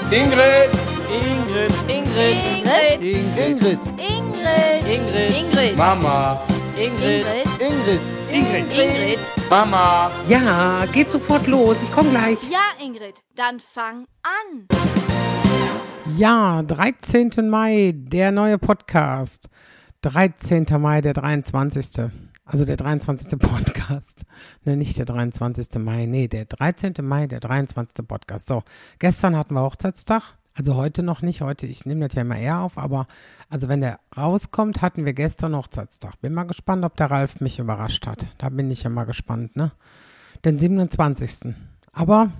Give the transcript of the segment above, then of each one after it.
Ingrid. Ingrid. Ingrid. Ingrid. Ingrid. Ingrid. Ingrid. Mama. Ingrid. Ingrid. Ingrid. Ingrid. Mama. Ja, geht sofort los. Ich komme gleich. Ja, Ingrid, dann fang an. Ja, 13. Mai, der neue Podcast. 13. Mai, der 23. Also der 23. Podcast. Ne, nicht der 23. Mai, nee, der 13. Mai, der 23. Podcast. So, gestern hatten wir Hochzeitstag. Also heute noch nicht. Heute, ich nehme das ja immer eher auf, aber also wenn der rauskommt, hatten wir gestern Hochzeitstag. Bin mal gespannt, ob der Ralf mich überrascht hat. Da bin ich ja mal gespannt, ne? Den 27. Aber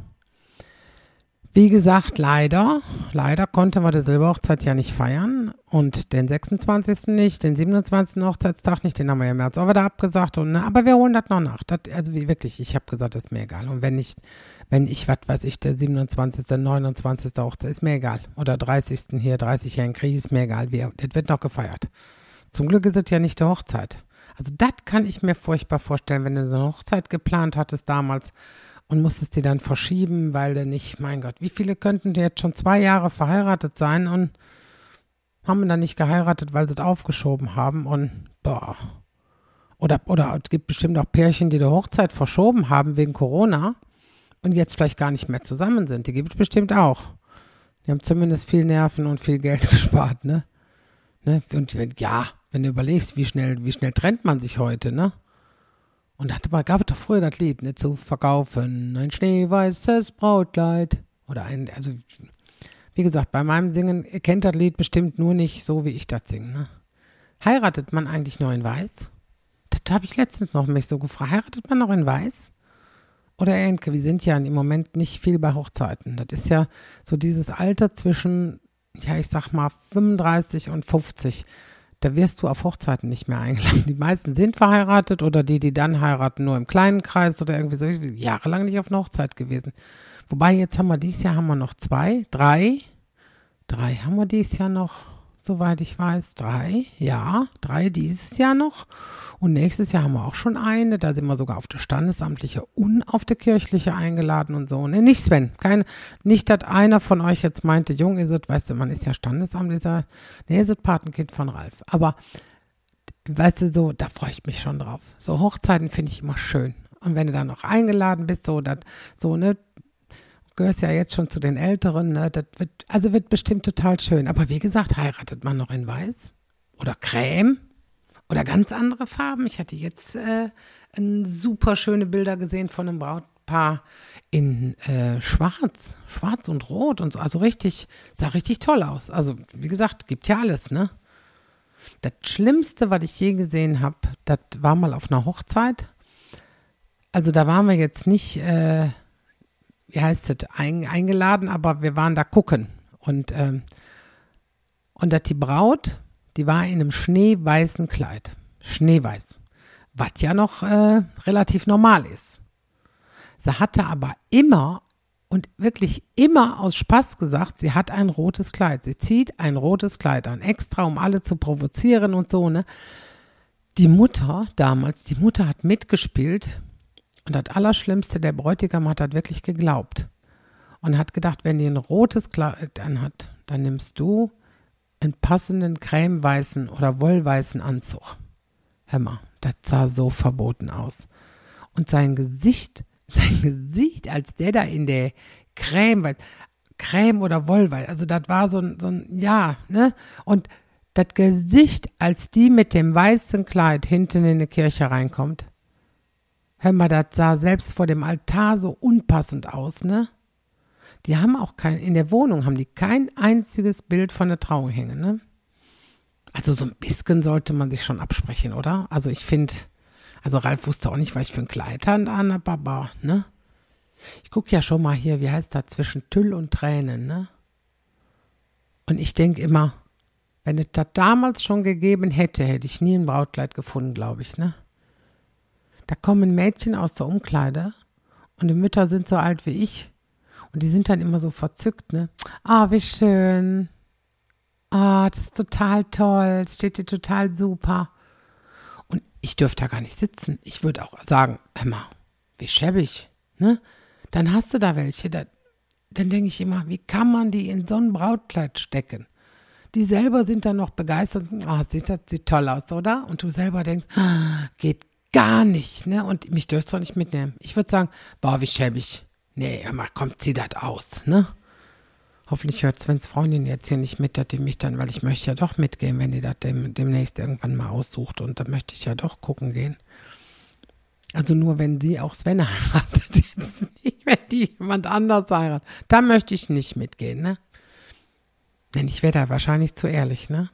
wie gesagt, leider konnten wir die Silberhochzeit ja nicht feiern und den 26. nicht, den 27. Hochzeitstag nicht, den haben wir ja im März auch wieder abgesagt. Und, ne, aber wir holen das noch nach. Das, also wirklich, ich habe gesagt, das ist mir egal. Und wenn ich, was weiß ich, der 27., 29. Hochzeit, ist mir egal. Oder 30. hier, 30-jährigen Krieg, ist mir egal. Das wird noch gefeiert. Zum Glück ist es ja nicht die Hochzeit. Also das kann ich mir furchtbar vorstellen, wenn du so eine Hochzeit geplant hattest damals und musstest die dann verschieben, weil du nicht, mein Gott, wie viele könnten jetzt schon 2 Jahre verheiratet sein und haben dann nicht geheiratet, weil sie es aufgeschoben haben und boah. Oder es gibt bestimmt auch Pärchen, die Hochzeit verschoben haben wegen Corona und jetzt vielleicht gar nicht mehr zusammen sind. Die gibt es bestimmt auch. Die haben zumindest viel Nerven und viel Geld gespart, ne? Und wenn du überlegst, wie schnell trennt man sich heute, ne? Und gab es doch früher das Lied, ne, zu verkaufen, ein schneeweißes Brautkleid. Also wie gesagt, bei meinem Singen, ihr kennt das Lied bestimmt nur nicht so, wie ich das singe, ne? Heiratet man eigentlich noch in Weiß? Das habe ich letztens noch mich so gefragt. Heiratet man noch in Weiß? Oder wir sind ja im Moment nicht viel bei Hochzeiten. Das ist ja so dieses Alter zwischen, ja, ich sag mal 35 und 50. Da wirst du auf Hochzeiten nicht mehr eingeladen. Die meisten sind verheiratet oder die dann heiraten, nur im kleinen Kreis oder irgendwie so. Jahrelang nicht auf einer Hochzeit gewesen. Wobei, jetzt dieses Jahr haben wir noch 2, 3. 3 haben wir dieses Jahr noch, soweit ich weiß. 3 dieses Jahr noch. Und nächstes Jahr haben wir auch schon eine. Da sind wir sogar auf die standesamtliche und auf die kirchliche eingeladen und so. Ne, nicht Sven. Nicht, dass einer von euch jetzt meinte, jung ist es, weißt du, man ist ja Standesamt, ist es Patenkind von Ralf. Aber, weißt du, so, da freue ich mich schon drauf. So Hochzeiten finde ich immer schön. Und wenn du dann noch eingeladen bist, ne, gehörst ja jetzt schon zu den Älteren, ne, das wird bestimmt total schön. Aber wie gesagt, heiratet man noch in Weiß? Oder Creme? Oder ganz andere Farben. Ich hatte jetzt super schöne Bilder gesehen von einem Brautpaar in Schwarz und Rot und so. Also sah richtig toll aus. Also wie gesagt, gibt ja alles, ne? Das Schlimmste, was ich je gesehen habe, das war mal auf einer Hochzeit. Also da waren wir jetzt nicht, eingeladen, aber wir waren da gucken. Und dass die Braut, die war in einem schneeweißen Kleid. Schneeweiß. Was ja noch relativ normal ist. Sie hatte aber immer und wirklich immer aus Spaß gesagt, sie hat ein rotes Kleid. Sie zieht ein rotes Kleid an, extra, um alle zu provozieren und so, ne? Die Mutter hat mitgespielt und das Allerschlimmste, der Bräutigam hat das wirklich geglaubt. Und hat gedacht, wenn die ein rotes Kleid anhat, dann nimmst du einen passenden cremeweißen oder wollweißen Anzug. Hör mal, das sah so verboten aus. Und sein Gesicht, als der da in der Creme oder Wollweiß, also das war so ein, ja, ne? Und das Gesicht, als die mit dem weißen Kleid hinten in die Kirche reinkommt, hör mal, das sah selbst vor dem Altar so unpassend aus, ne? Die haben auch in der Wohnung haben die kein einziges Bild von der Trauung hängen, ne? Also so ein bisschen sollte man sich schon absprechen, oder? Also ich finde, Ralf wusste auch nicht, was ich für ein Kleid an habe, aber, ne? Ich gucke ja schon mal hier, wie heißt das, zwischen Tüll und Tränen, ne? Und ich denke immer, wenn es das damals schon gegeben hätte, hätte ich nie ein Brautkleid gefunden, glaube ich, ne? Da kommen Mädchen aus der Umkleide und die Mütter sind so alt wie ich. Und die sind dann immer so verzückt, ne? Ah, wie schön. Ah, das ist total toll. Es steht dir total super. Und ich dürfte da gar nicht sitzen. Ich würde auch sagen, hör mal, wie schäbig, ne? Dann hast du da welche, dann denke ich immer, wie kann man die in so ein Brautkleid stecken? Die selber sind dann noch begeistert. Sieht toll aus, oder? Und du selber denkst, geht gar nicht, ne? Und mich dürfst du nicht mitnehmen. Ich würde sagen, boah, wie schäbig. Nee, komm, zieh das aus, ne? Hoffentlich hört Svens Freundin jetzt hier nicht mit, dass die mich dann, weil ich möchte ja doch mitgehen, wenn die das demnächst irgendwann mal aussucht. Und da möchte ich ja doch gucken gehen. Also nur, wenn sie auch Sven heiratet, jetzt nicht, wenn die jemand anders heiratet. Da möchte ich nicht mitgehen, ne? Denn ich wäre da wahrscheinlich zu ehrlich, ne?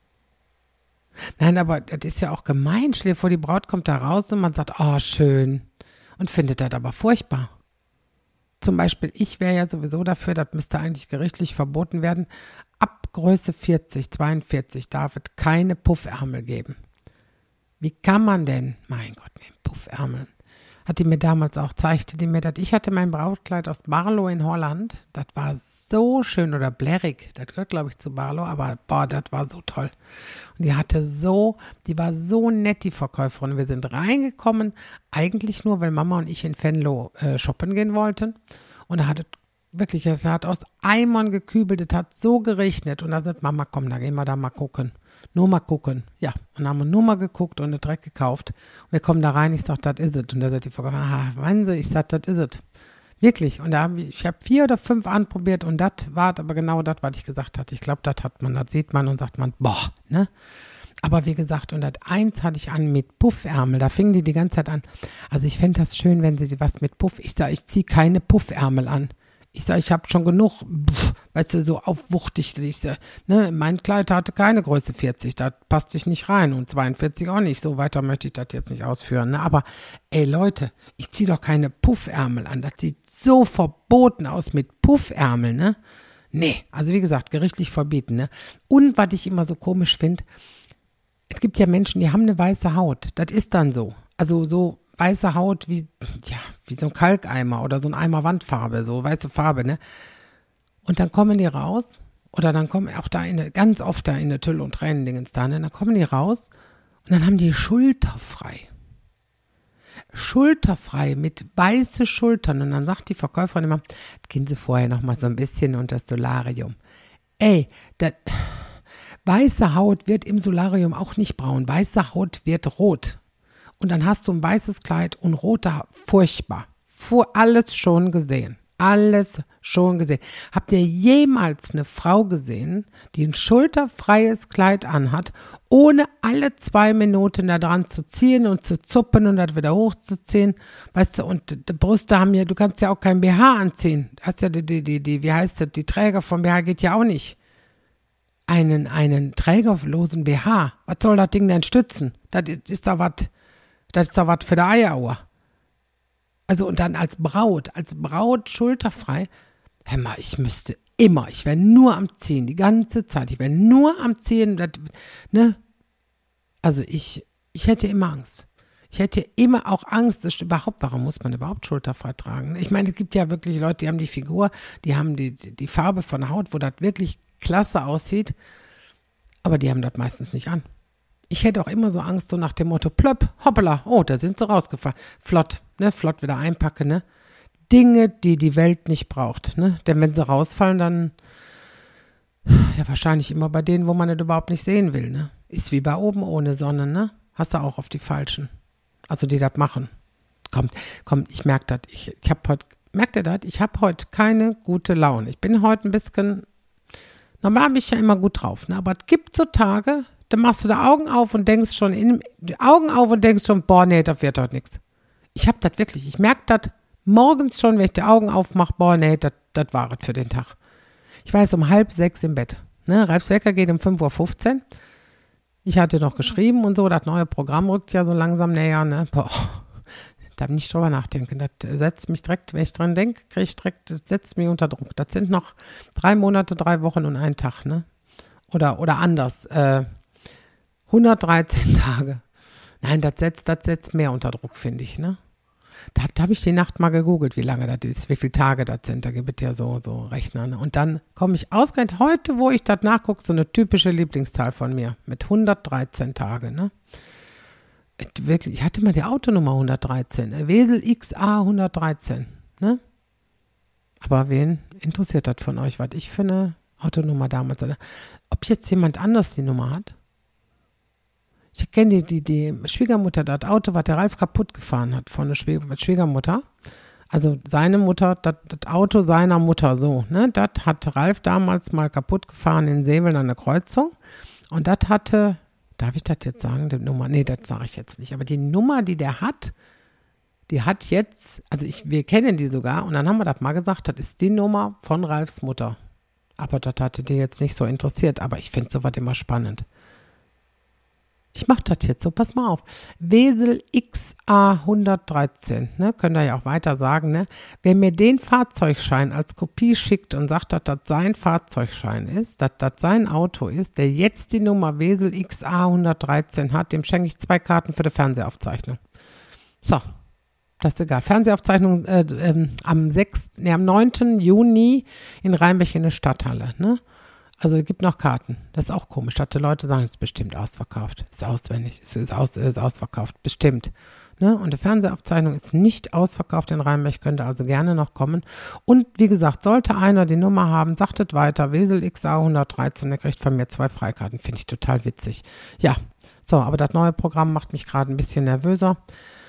Nein, aber das ist ja auch gemein. Stell dir vor, die Braut kommt da raus und man sagt, oh, schön. Und findet das aber furchtbar. Zum Beispiel, ich wäre ja sowieso dafür, das müsste eigentlich gerichtlich verboten werden. Ab Größe 40, 42 darf es keine Puffärmel geben. Wie kann man denn? Mein Gott, nee, Puffärmel. Hat die mir damals auch, zeigte die mir das. Ich hatte mein Brautkleid aus Barlo in Holland. Das war so schön. Oder Blerick, das gehört, glaube ich, zu Barlo. Aber, boah, das war so toll. Und die war so nett, die Verkäuferin. Wir sind reingekommen, eigentlich nur, weil Mama und ich in Venlo shoppen gehen wollten. Und da hat es wirklich, das hat aus Eimern gekübelt, es hat so geregnet. Und da sagt Mama, komm, da gehen wir da mal gucken. Nur mal gucken. Ja, und dann haben wir nur mal geguckt und eine Dreck gekauft. Und wir kommen da rein, ich sage, das is it. Und da sagt die Verkäuferin, meinen Sie, ich sage, das is it. Wirklich. Und da ich habe 4 oder 5 anprobiert und das war aber genau das, was ich gesagt hatte. Ich glaube, das sieht man und sagt man, boah, ne? Aber wie gesagt, und das eins hatte ich an mit Puffärmel, da fingen die ganze Zeit an. Also ich fände das schön, wenn sie was mit Puff, ich sage, ich ziehe keine Puffärmel an. Ich sage, ich habe schon genug, weißt du, so aufwuchtig. Ich sag, ne, mein Kleid hatte keine Größe 40, da passte ich nicht rein und 42 auch nicht. So weiter möchte ich das jetzt nicht ausführen. Ne? Aber ey Leute, ich ziehe doch keine Puffärmel an. Das sieht so verboten aus mit Puffärmel, ne? Nee, also wie gesagt, gerichtlich verbieten, ne? Und was ich immer so komisch finde, es gibt ja Menschen, die haben eine weiße Haut. Das ist dann so. Also so weiße Haut wie so ein Kalkeimer oder so ein Eimer Wandfarbe, so weiße Farbe, ne? Und dann kommen die raus, oder dann kommen auch da ganz oft da in der Tüll- und Tränendingens da, ne? Dann kommen die raus und dann haben die schulterfrei. Schulterfrei mit weiße Schultern. Und dann sagt die Verkäuferin immer, gehen Sie vorher noch mal so ein bisschen unter das Solarium. Ey, weiße Haut wird im Solarium auch nicht braun. Weiße Haut wird rot. Und dann hast du ein weißes Kleid und rote Haut. Furchtbar. Alles schon gesehen. Alles schon gesehen. Habt ihr jemals eine Frau gesehen, die ein schulterfreies Kleid anhat, ohne alle 2 Minuten da dran zu ziehen und zu zuppen und das wieder hochzuziehen? Weißt du, und die Brüste haben ja, du kannst ja auch kein BH anziehen. Du hast ja wie heißt das, die Träger vom BH geht ja auch nicht. Einen trägerlosen BH. Was soll das Ding denn stützen? Das ist doch was für die Eieruhr. Also und dann als Braut schulterfrei. Hör mal, ich wäre nur am Ziehen, die ganze Zeit. Ich wäre nur am Ziehen, ne? Also ich hätte immer Angst. Ich hätte immer auch Angst, warum muss man überhaupt schulterfrei tragen? Ich meine, es gibt ja wirklich Leute, die haben die Figur, die haben die Farbe von der Haut, wo das wirklich klasse aussieht, aber die haben das meistens nicht an. Ich hätte auch immer so Angst, so nach dem Motto, plöpp, hoppala, oh, da sind sie rausgefallen. Flott wieder einpacken, ne? Dinge, die die Welt nicht braucht, ne? Denn wenn sie rausfallen, dann ja wahrscheinlich immer bei denen, wo man das überhaupt nicht sehen will, ne? Ist wie bei oben ohne Sonne, ne? Hast du auch auf die Falschen. Also die das machen. Kommt, ich merke das. Merkt ihr das? Ich habe heute keine gute Laune. Ich bin heute ein bisschen, normal bin ich ja immer gut drauf, ne? Aber es gibt so Tage, da machst du die Augen auf und denkst schon, boah, nee, das wird heute nichts. Ich habe das wirklich, ich merke das morgens schon, wenn ich die Augen aufmache, boah, nee, das war es für den Tag. Ich war jetzt um 5:30 im Bett. Ne? Ralfs Wecker geht um 5:15 Uhr. Ich hatte noch geschrieben und so, das neue Programm rückt ja so langsam näher. Ne? Boah, da nicht drüber nachdenken. Das setzt mich direkt, wenn ich dran denke, das setzt mich unter Druck. Das sind noch 3 Monate, 3 Wochen und 1 Tag. Ne? Oder anders, 113 Tage. Nein, das setzt mehr unter Druck, finde ich, ne? Da habe ich die Nacht mal gegoogelt, wie lange das ist, wie viele Tage das sind. Da gibt es ja so Rechner. Ne? Und dann komme ich ausgerechnet heute, wo ich das nachgucke, so eine typische Lieblingszahl von mir mit 113 Tage. Ne? Wirklich, ich hatte mal die Autonummer 113. Wesel XA 113. Ne? Aber wen interessiert das von euch, was ich für eine Autonummer damals hatte? Ob jetzt jemand anders die Nummer hat? Ich kenne die Schwiegermutter, das Auto, was der Ralf kaputt gefahren hat von der Schwiegermutter. Also seine Mutter, das Auto seiner Mutter, so, ne? Das hat Ralf damals mal kaputt gefahren in Seveln an der Kreuzung. Und das hatte, darf ich das jetzt sagen, die Nummer? Nee, das sage ich jetzt nicht. Aber die Nummer, die der hat, die hat jetzt, also wir kennen die sogar. Und dann haben wir das mal gesagt, das ist die Nummer von Ralfs Mutter. Aber das hatte die jetzt nicht so interessiert. Aber ich finde sowas immer spannend. Ich mache das jetzt so, pass mal auf. Wesel XA 113, ne, könnt ihr ja auch weiter sagen, ne? Wer mir den Fahrzeugschein als Kopie schickt und sagt, dass das sein Fahrzeugschein ist, dass das sein Auto ist, der jetzt die Nummer Wesel XA 113 hat, dem schenke ich 2 Karten für die Fernsehaufzeichnung. So, das ist egal. Fernsehaufzeichnung am 9. Juni in Rheinbech in der Stadthalle, ne? Also es gibt noch Karten. Das ist auch komisch. Dass die Leute sagen, es ist bestimmt ausverkauft. Ist auswendig. Ist ausverkauft. Bestimmt. Ne? Und die Fernsehaufzeichnung ist nicht ausverkauft in Rheinbech. Könnte also gerne noch kommen. Und wie gesagt, sollte einer die Nummer haben, sagt es weiter. Wesel XA 113, der kriegt von mir 2 Freikarten. Finde ich total witzig. Ja, so, aber das neue Programm macht mich gerade ein bisschen nervöser.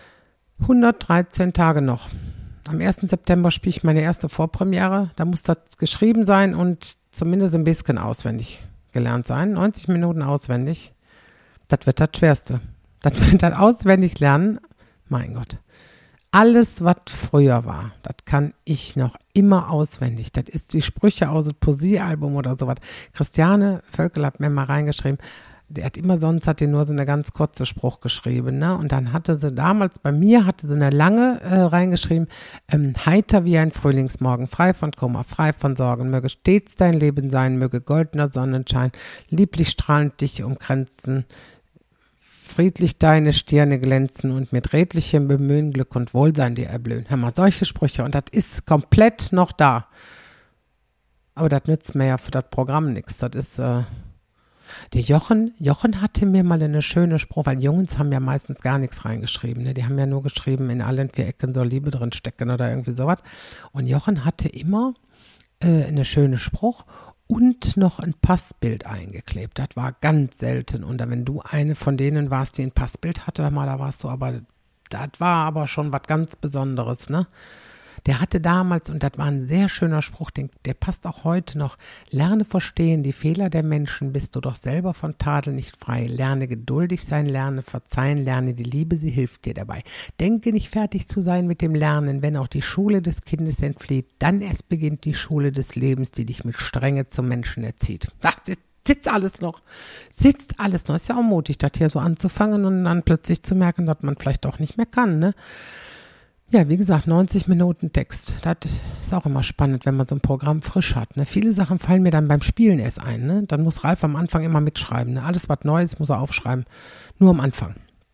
113 Tage noch. Am 1. September spiele ich meine erste Vorpremiere. Da muss das geschrieben sein und zumindest ein bisschen auswendig gelernt sein. 90 Minuten auswendig. Das wird das Schwerste. Das wird das auswendig lernen. Mein Gott. Alles, was früher war, das kann ich noch immer auswendig. Das ist die Sprüche aus dem Poesiealbum oder sowas. Christiane Völkel hat mir mal reingeschrieben, der hat immer sonst, hat die nur so eine ganz kurze Spruch geschrieben, ne? Und dann hatte sie damals, bei mir hatte sie eine lange reingeschrieben, heiter wie ein Frühlingsmorgen, frei von Kummer, frei von Sorgen, möge stets dein Leben sein, möge goldener Sonnenschein, lieblich strahlend dich umkränzen, friedlich deine Stirne glänzen und mit redlichem Bemühen Glück und Wohlsein dir erblühen. Hör mal, solche Sprüche und das ist komplett noch da. Aber das nützt mir ja für das Programm nichts, das ist, der Jochen hatte mir mal eine schöne Spruch, weil Jungs haben ja meistens gar nichts reingeschrieben. Ne? Die haben ja nur geschrieben, in allen 4 Ecken soll Liebe drin stecken oder irgendwie sowas. Und Jochen hatte immer eine schöne Spruch und noch ein Passbild eingeklebt. Das war ganz selten. Und wenn du eine von denen warst, die ein Passbild hatte, hör mal, da warst du aber, das war aber schon was ganz Besonderes, ne? Der hatte damals, und das war ein sehr schöner Spruch, der passt auch heute noch, lerne verstehen die Fehler der Menschen, bist du doch selber von Tadel nicht frei. Lerne geduldig sein, lerne verzeihen, lerne die Liebe, sie hilft dir dabei. Denke nicht fertig zu sein mit dem Lernen, wenn auch die Schule des Kindes entflieht, dann erst beginnt die Schule des Lebens, die dich mit Strenge zum Menschen erzieht. Ach, sitzt alles noch. Ist ja auch mutig, das hier so anzufangen und dann plötzlich zu merken, dass man vielleicht doch nicht mehr kann, ne? Ja, wie gesagt, 90 Minuten Text. Das ist auch immer spannend, wenn man so ein Programm frisch hat. Ne? Viele Sachen fallen mir dann beim Spielen erst ein. Ne? Dann muss Ralf am Anfang immer mitschreiben. Ne? Alles, was neu ist, muss er aufschreiben. Nur am Anfang.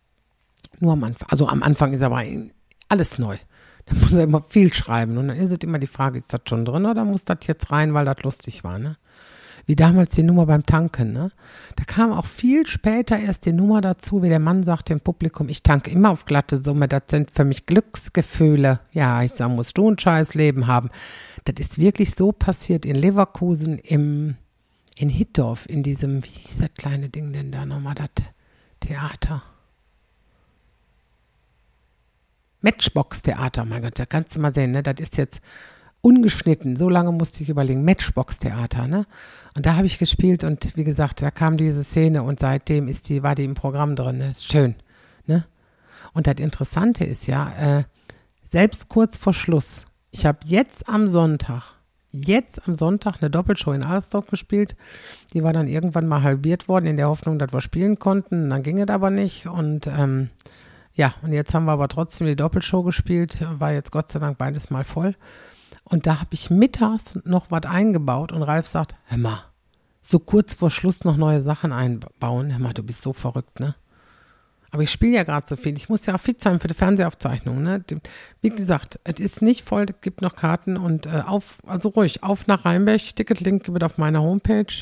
Also am Anfang ist aber alles neu. Da muss er immer viel schreiben. Und dann ist es immer die Frage, ist das schon drin oder muss das jetzt rein, weil das lustig war, ne? Wie damals die Nummer beim Tanken, ne? Da kam auch viel später erst die Nummer dazu, wie der Mann sagt dem Publikum, ich tanke immer auf glatte Summe, das sind für mich Glücksgefühle. Ja, ich sag, musst du ein scheiß Leben haben. Das ist wirklich so passiert in Leverkusen, in Hittorf, in diesem, wie hieß das kleine Ding denn da nochmal, das Theater? Matchbox-Theater, mein Gott, da kannst du mal sehen, ne? Das ist jetzt ungeschnitten, so lange musste ich überlegen, Matchbox-Theater, ne? Und da habe ich gespielt und wie gesagt, da kam diese Szene und seitdem war die im Programm drin, ne? Ist schön, ne? Und das Interessante ist ja, selbst kurz vor Schluss, ich habe jetzt am Sonntag eine Doppelshow in Alsdorf gespielt, die war dann irgendwann mal halbiert worden, in der Hoffnung, dass wir spielen konnten, und dann ging es aber nicht und ja, und jetzt haben wir aber trotzdem die Doppelshow gespielt, war jetzt Gott sei Dank beides mal voll. Und da habe ich mittags noch was eingebaut und Ralf sagt, hör mal, so kurz vor Schluss noch neue Sachen einbauen. Hör mal, du bist so verrückt, ne? Aber ich spiele ja gerade so viel. Ich muss ja auch fit sein für die Fernsehaufzeichnung, ne? Wie gesagt, es ist nicht voll, es gibt noch Karten und also ruhig, auf nach Rheinbech. Ticketlink wird auf meiner Homepage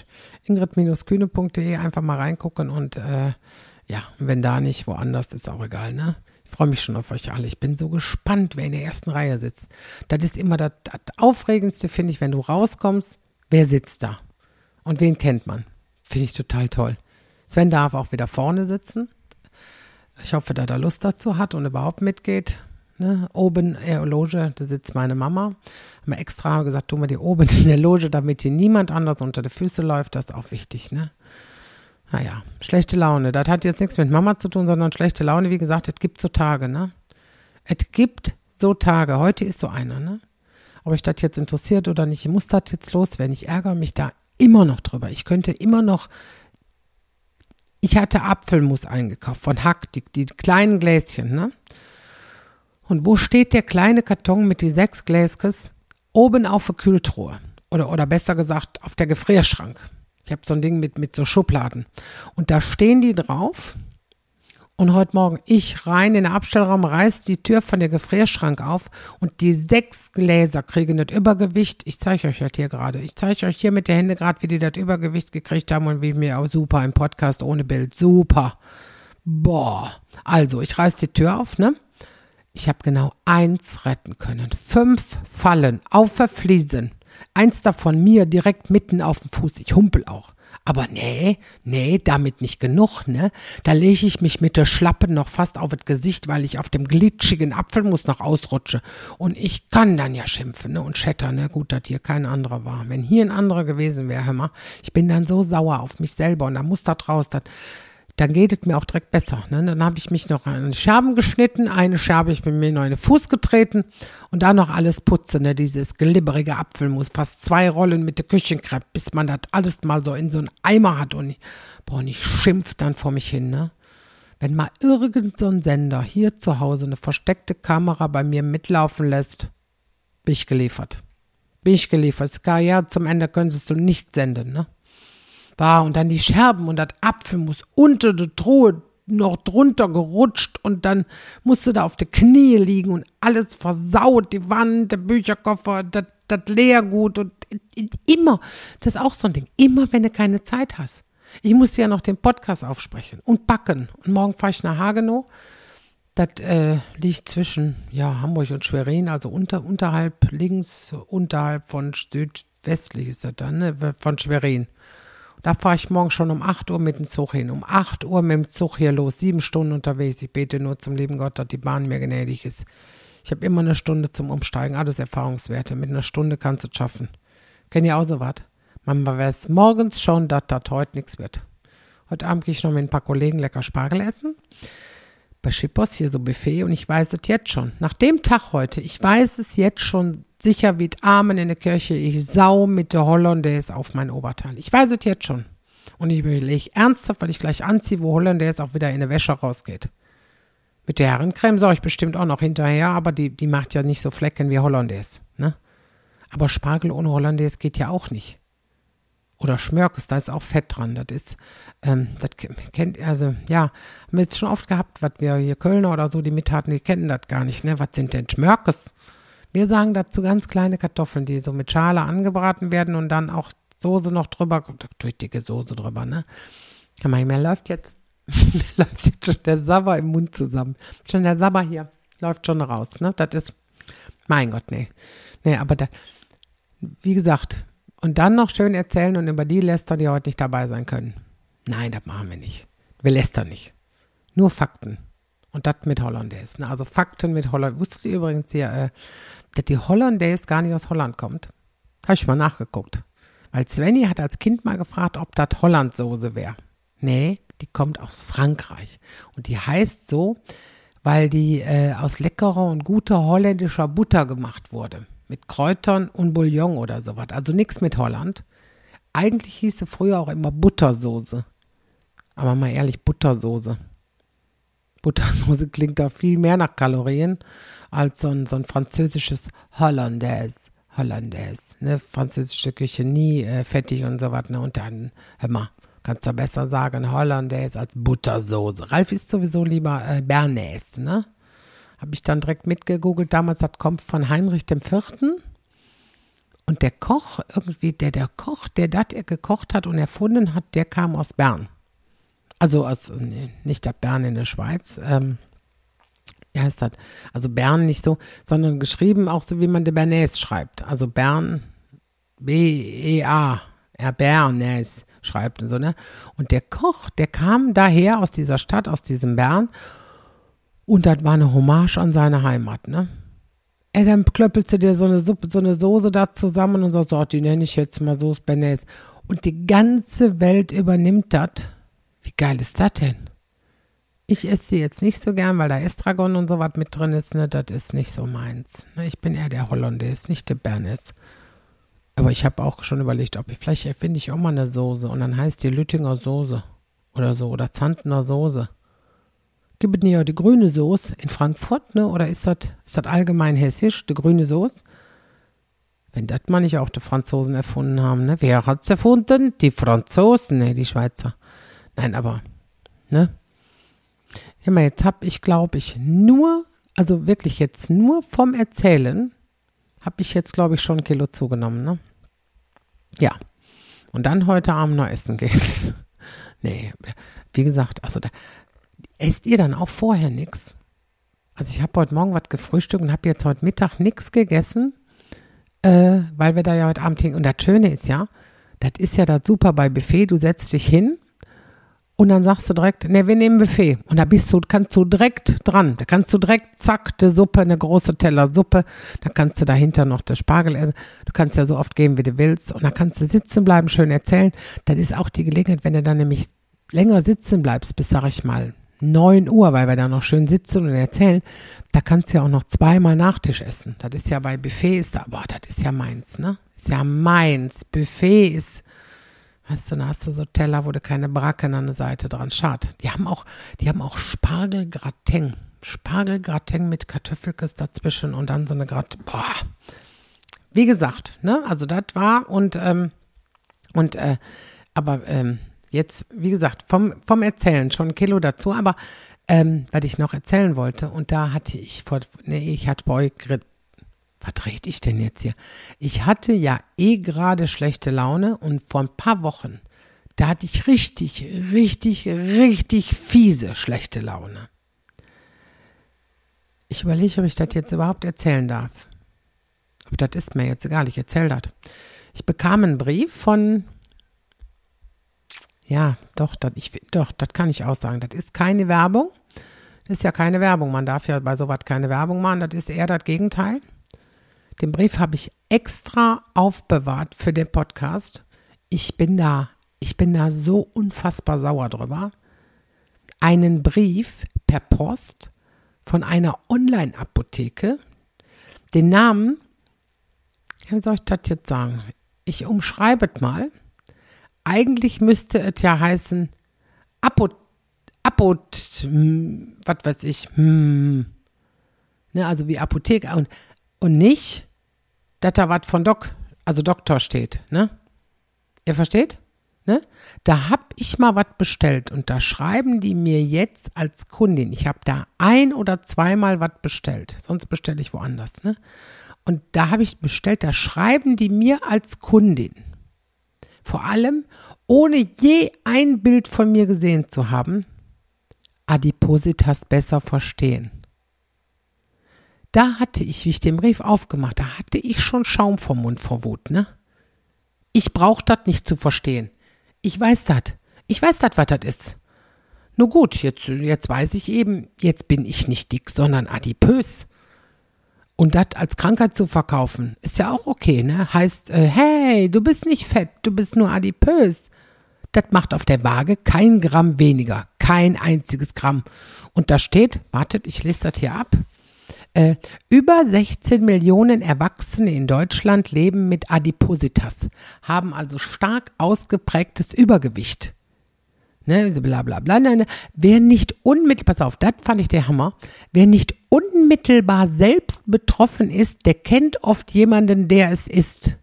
ingrid-kühne.de einfach mal reingucken und ja, wenn da nicht, woanders, ist auch egal, ne? freue mich schon auf euch alle. Ich bin so gespannt, wer in der ersten Reihe sitzt. Das ist immer das Aufregendste, finde ich, wenn du rauskommst, wer sitzt da? Und wen kennt man? Finde ich total toll. Sven darf auch wieder vorne sitzen. Ich hoffe, dass er Lust dazu hat und überhaupt mitgeht. Ne? Oben in der Loge, da sitzt meine Mama. Haben wir extra gesagt, tun wir die oben in der Loge, damit hier niemand anders unter die Füße läuft. Das ist auch wichtig, ne? Naja, schlechte Laune. Das hat jetzt nichts mit Mama zu tun, sondern schlechte Laune. Wie gesagt, es gibt so Tage, ne? Es gibt so Tage. Heute ist so einer, ne? Ob euch das jetzt interessiert oder nicht, ich muss das jetzt loswerden. Ich ärgere mich da immer noch drüber. Ich hatte Apfelmus eingekauft von Hack, die kleinen Gläschen, ne? Und wo steht der kleine Karton mit die 6 Gläskes? Oben auf der Kühltruhe. Oder besser gesagt, auf der Gefrierschrank. Ich habe so ein Ding mit so Schubladen. Und da stehen die drauf. Und heute Morgen ich rein in den Abstellraum, reiß die Tür von der Gefrierschrank auf und die 6 Gläser kriegen das Übergewicht. Ich zeige euch das hier gerade. Ich zeige euch hier mit den Händen gerade, wie die das Übergewicht gekriegt haben und wie mir auch super im Podcast ohne Bild. Super. Boah. Also, ich reiß die Tür auf, ne? Ich habe genau 1 retten können. 5 Fallen auf der Fliesen. 1 davon mir direkt mitten auf dem Fuß. Ich humpel auch. Aber nee, damit nicht genug, ne? Da lege ich mich mit der Schlappe noch fast auf das Gesicht, weil ich auf dem glitschigen Apfelmus noch ausrutsche. Und ich kann dann ja schimpfen, ne? Und schettern, ne? Gut, dass hier kein anderer war. Wenn hier ein anderer gewesen wäre, hör mal, ich bin dann so sauer auf mich selber und da muss das raus, dann geht es mir auch direkt besser. Ne? Dann habe ich mich noch an Scherben geschnitten, eine Scherbe ich bin mir noch in den Fuß getreten und dann noch alles putzen, ne? Dieses glibberige Apfelmus, fast 2 Rollen mit der Küchenkrepp, bis man das alles mal so in so einen Eimer hat und ich schimpf dann vor mich hin. Ne? Wenn mal irgend so ein Sender hier zu Hause eine versteckte Kamera bei mir mitlaufen lässt, bin ich geliefert. Das Karriere zum Ende könntest du nicht senden, ne? Und dann die Scherben und das Apfelmus unter der Truhe noch drunter gerutscht und dann musste da auf die Knie liegen und alles versaut, die Wand, der Bücherkoffer, das Leergut und immer, das ist auch so ein Ding, immer wenn du keine Zeit hast. Ich musste ja noch den Podcast aufsprechen und backen und morgen fahre ich nach Hagenow. Das liegt zwischen Hamburg und Schwerin, also unterhalb von südwestlich ist das dann, ne, von Schwerin. Da fahre ich morgen schon um 8 Uhr mit dem Zug hin. Um 8 Uhr mit dem Zug hier los. 7 Stunden unterwegs. Ich bete nur zum lieben Gott, dass die Bahn mir gnädig ist. Ich habe immer eine Stunde zum Umsteigen. Alles Erfahrungswerte. Mit einer Stunde kannst du es schaffen. Kennt ihr auch so was? Man weiß morgens schon, dass das heute nichts wird. Heute Abend gehe ich noch mit ein paar Kollegen lecker Spargel essen. Bei Schippers hier so Buffet und ich weiß es jetzt schon. Nach dem Tag heute, ich weiß es jetzt schon sicher wie die Amen in der Kirche, ich sau mit der Hollandaise auf mein Oberteil. Ich weiß es jetzt schon. Und ich überlege ernsthaft, weil ich gleich anziehe, wo Hollandaise auch wieder in der Wäsche rausgeht. Mit der Herrencreme sage ich bestimmt auch noch hinterher, aber die macht ja nicht so Flecken wie Hollandaise. Ne? Aber Spargel ohne Hollandaise geht ja auch nicht. Oder Schmörkes, da ist auch Fett dran. Das ist, haben wir jetzt schon oft gehabt, was wir hier Kölner oder so, die Mittaten, die kennen das gar nicht, ne? Was sind denn Schmörkes? Wir sagen dazu ganz kleine Kartoffeln, die so mit Schale angebraten werden und dann auch Soße noch drüber, durch dicke Soße drüber, ne? Mir läuft jetzt schon der Sabber im Mund zusammen. Schon der Sabber hier läuft schon raus, ne? Das ist, mein Gott, nee. Nee, aber da, wie gesagt, und dann noch schön erzählen und über die lästern, die heute nicht dabei sein können. Nein, das machen wir nicht. Wir lästern nicht. Nur Fakten. Und das mit Hollandaise. Ne? Also Fakten mit Hollandaise. Wusstet ihr übrigens hier, dass die Hollandaise gar nicht aus Holland kommt? Habe ich mal nachgeguckt. Weil Svenny hat als Kind mal gefragt, ob das Hollandsoße wäre. Nee, die kommt aus Frankreich. Und die heißt so, weil die aus leckerer und guter holländischer Butter gemacht wurde. Mit Kräutern und Bouillon oder sowas. Also nichts mit Holland. Eigentlich hieß sie früher auch immer Buttersoße. Aber mal ehrlich, Buttersoße. Buttersoße klingt da viel mehr nach Kalorien als so ein französisches Hollandaise. Ne? Französische Küche nie fettig und so was. Ne? Und dann, hör mal, kannst du besser sagen Hollandaise als Buttersoße. Ralf ist sowieso lieber Bernays, ne? Habe ich dann direkt mitgegoogelt. Damals, das kommt von Heinrich IV. Und der Koch, irgendwie, der Koch, der das gekocht hat und erfunden hat, der kam aus Bern. Also nicht der Bern in der Schweiz. wie heißt das? Also Bern nicht so, sondern geschrieben auch so, wie man de Bernays schreibt. Also Bern, B-E-A, Bernays schreibt und so, ne? Und der Koch, der kam daher aus dieser Stadt, aus diesem Bern und das war eine Hommage an seine Heimat, ne? Dann klöppelst du dir so eine Suppe, so eine Soße da zusammen und sagst, oh, die nenne ich jetzt mal Sauce Bernays. Und die ganze Welt übernimmt das. Wie geil ist das denn? Ich esse sie jetzt nicht so gern, weil da Estragon und so was mit drin ist, ne? Das ist nicht so meins. Ne? Ich bin eher der Hollandaise, nicht der Bernays. Aber ich habe auch schon überlegt, ob ich, vielleicht erfinde ich auch mal eine Soße und dann heißt die Lüttinger Soße oder so oder Zantener Soße. Gibt es nicht auch die grüne Soße in Frankfurt, ne? Oder ist das allgemein hessisch, die grüne Soße? Wenn das mal nicht auch die Franzosen erfunden haben, ne? Wer hat's erfunden? Die Franzosen, ne, die Schweizer. Nein, aber, ne? Ja, mal jetzt habe ich, glaube ich, also wirklich jetzt nur vom Erzählen, habe ich jetzt, glaube ich, schon 1 Kilo zugenommen, ne? Ja. Und dann heute Abend noch essen geht's. Nee, wie gesagt, also esst ihr dann auch vorher nichts? Also ich habe heute Morgen was gefrühstückt und habe jetzt heute Mittag nichts gegessen, weil wir da ja heute Abend hin. Und das Schöne ist ja, das ist ja das super bei Buffet, du setzt dich hin und dann sagst du direkt, ne, wir nehmen Buffet. Und da kannst du direkt dran. Da kannst du direkt, zack, die Suppe, eine große Teller Suppe. Da kannst du dahinter noch den Spargel essen. Du kannst ja so oft gehen, wie du willst. Und dann kannst du sitzen bleiben, schön erzählen. Das ist auch die Gelegenheit, wenn du dann nämlich länger sitzen bleibst, bis, sag ich mal, 9 Uhr, weil wir da noch schön sitzen und erzählen, da kannst du ja auch noch 2-mal Nachtisch essen. Das ist ja bei Buffet, das ist ja meins, ne? Ist ja meins. Buffet ist, weißt du, da hast du so Teller, wo du keine Bracken an der Seite dran. Schade. Die haben auch Spargelgratin. Spargelgratin mit Kartoffelkes dazwischen und dann so eine Gratin. Boah. Wie gesagt, ne? Also das war jetzt, wie gesagt, vom Erzählen schon 1 Kilo dazu, aber was ich noch erzählen wollte, und da hatte ich was rede ich denn jetzt hier? Ich hatte ja gerade schlechte Laune und vor ein paar Wochen, da hatte ich richtig, richtig, richtig fiese schlechte Laune. Ich überlege, ob ich das jetzt überhaupt erzählen darf. Aber das ist mir jetzt egal, ich erzähle das. Ich bekam einen Brief von, ja, das kann ich auch sagen. Das ist keine Werbung. Das ist ja keine Werbung. Man darf ja bei sowas keine Werbung machen. Das ist eher das Gegenteil. Den Brief habe ich extra aufbewahrt für den Podcast. Ich bin da so unfassbar sauer drüber. Einen Brief per Post von einer Online-Apotheke. Den Namen, wie soll ich das jetzt sagen? Ich umschreibe es mal. Eigentlich müsste es ja heißen was weiß ich, ne, also wie Apotheke und nicht, dass da was von Doktor steht, ne? Ihr versteht? Ne? Da habe ich mal was bestellt und da schreiben die mir jetzt als Kundin, ich habe da 1- oder 2-mal was bestellt, sonst bestelle ich woanders, ne? Und da habe ich bestellt, da schreiben die mir als Kundin, vor allem, ohne je ein Bild von mir gesehen zu haben, Adipositas besser verstehen. Da hatte ich, wie ich den Brief aufgemacht, da hatte ich schon Schaum vom Mund vor Wut, ne? Ich brauche das nicht zu verstehen. Ich weiß das. Was das ist. Nur gut, jetzt weiß ich eben, jetzt bin ich nicht dick, sondern adipös. Und das als Krankheit zu verkaufen, ist ja auch okay, ne? Heißt, hey, du bist nicht fett, du bist nur adipös. Das macht auf der Waage kein Gramm weniger, kein einziges Gramm. Und da steht, wartet, ich lese das hier ab, über 16 Millionen Erwachsene in Deutschland leben mit Adipositas, haben also stark ausgeprägtes Übergewicht. Ne, so bla bla bla. Ne. Wer nicht unmittelbar, pass auf, das fand ich der Hammer, wer nicht unmittelbar selbst betroffen ist, der kennt oft jemanden, der es ist.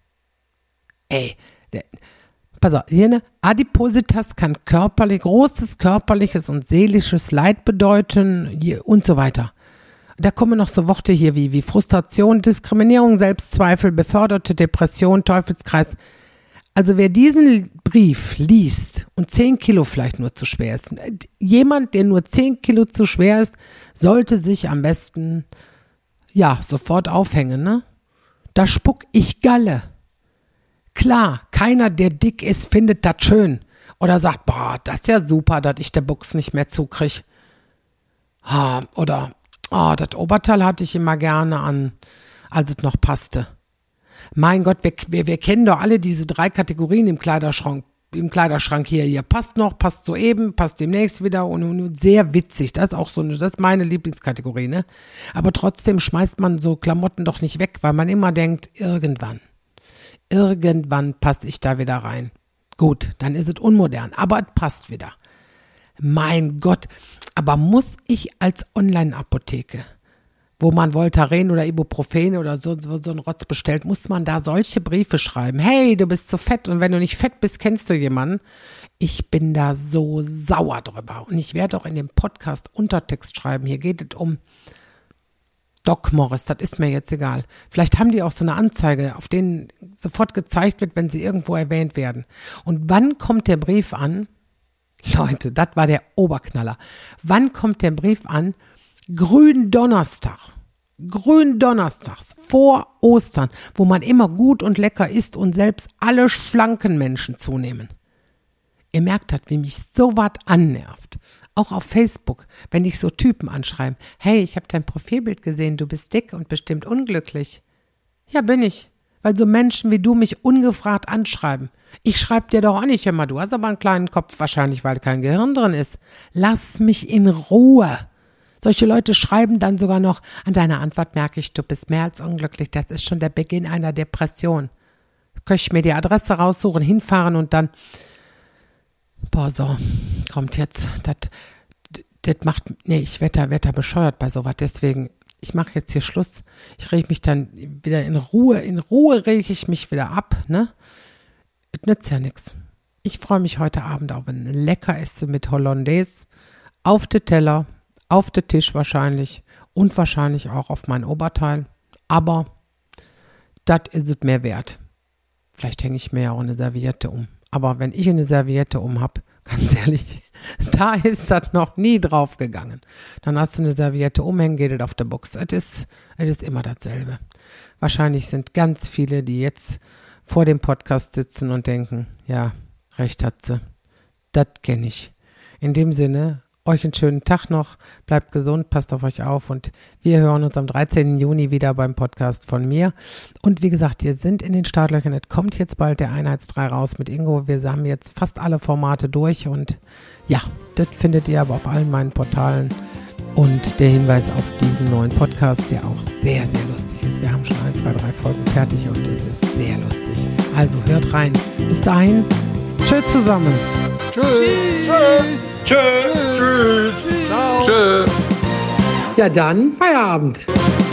Pass auf, hier, ne? Adipositas kann großes körperliches und seelisches Leid bedeuten und so weiter. Da kommen noch so Worte hier wie Frustration, Diskriminierung, Selbstzweifel, beförderte Depression, Teufelskreis. Also wer diesen Brief liest und 10 Kilo vielleicht nur zu schwer ist, jemand, der nur 10 Kilo zu schwer ist, sollte sich am besten, ja, sofort aufhängen, ne? Da spuck ich Galle. Klar, keiner, der dick ist, findet das schön. Oder sagt, boah, das ist ja super, dass ich der Buchs nicht mehr zukrieg. Oder, das Oberteil hatte ich immer gerne an, als es noch passte. Mein Gott, wir kennen doch alle diese 3 Kategorien im Kleiderschrank hier. Passt noch, passt soeben, passt demnächst wieder und sehr witzig. Das ist auch so, das ist meine Lieblingskategorie, ne? Aber trotzdem schmeißt man so Klamotten doch nicht weg, weil man immer denkt, irgendwann passe ich da wieder rein. Gut, dann ist es unmodern, aber es passt wieder. Mein Gott, aber muss ich als Online-Apotheke, wo man Voltaren oder Ibuprofen oder so einen Rotz bestellt, muss man da solche Briefe schreiben. Hey, du bist zu fett und wenn du nicht fett bist, kennst du jemanden. Ich bin da so sauer drüber und ich werde auch in dem Podcast Untertext schreiben. Hier geht es um Doc Morris, das ist mir jetzt egal. Vielleicht haben die auch so eine Anzeige, auf denen sofort gezeigt wird, wenn sie irgendwo erwähnt werden. Und wann kommt der Brief an? Leute, das war der Oberknaller. Wann kommt der Brief an? Gründonnerstags vor Ostern, wo man immer gut und lecker isst und selbst alle schlanken Menschen zunehmen. Ihr merkt das, wie mich so was annervt. Auch auf Facebook, wenn ich so Typen anschreibe. Hey, ich habe dein Profilbild gesehen, du bist dick und bestimmt unglücklich. Ja, bin ich, weil so Menschen wie du mich ungefragt anschreiben. Ich schreibe dir doch auch nicht immer, du hast aber einen kleinen Kopf, wahrscheinlich, weil kein Gehirn drin ist. Lass mich in Ruhe. Solche Leute schreiben dann sogar noch, an deiner Antwort merke ich, du bist mehr als unglücklich. Das ist schon der Beginn einer Depression. Könnte ich mir die Adresse raussuchen, hinfahren und dann, so, kommt jetzt, das macht, ich werde da bescheuert bei sowas. Deswegen, ich mache jetzt hier Schluss. Ich rege mich dann wieder in Ruhe rege ich mich wieder ab, ne? Es nützt ja nichts. Ich freue mich heute Abend auf ein lecker Essen mit Hollandaise auf den Teller, auf den Tisch wahrscheinlich und wahrscheinlich auch auf mein Oberteil. Aber das ist es mir wert. Vielleicht hänge ich mir ja auch eine Serviette um. Aber wenn ich eine Serviette um habe, ganz ehrlich, da ist das noch nie drauf gegangen. Dann hast du eine Serviette umhängen, geht es auf der Box. Es ist immer dasselbe. Wahrscheinlich sind ganz viele, die jetzt vor dem Podcast sitzen und denken, ja, recht hat sie. Das kenne ich. In dem Sinne, euch einen schönen Tag noch, bleibt gesund, passt auf euch auf und wir hören uns am 13. Juni wieder beim Podcast von mir. Und wie gesagt, wir sind in den Startlöchern, es kommt jetzt bald der Einheits3 raus mit Ingo. Wir haben jetzt fast alle Formate durch und ja, das findet ihr aber auf allen meinen Portalen. Und der Hinweis auf diesen neuen Podcast, der auch sehr, sehr lustig ist. Wir haben schon 1, 2, 3 Folgen fertig und es ist sehr lustig. Also hört rein. Bis dahin, tschüss zusammen. Tschüss. Tschüss. Tschüss. Tschüss. Ciao. Tschüss. Ja dann, Feierabend.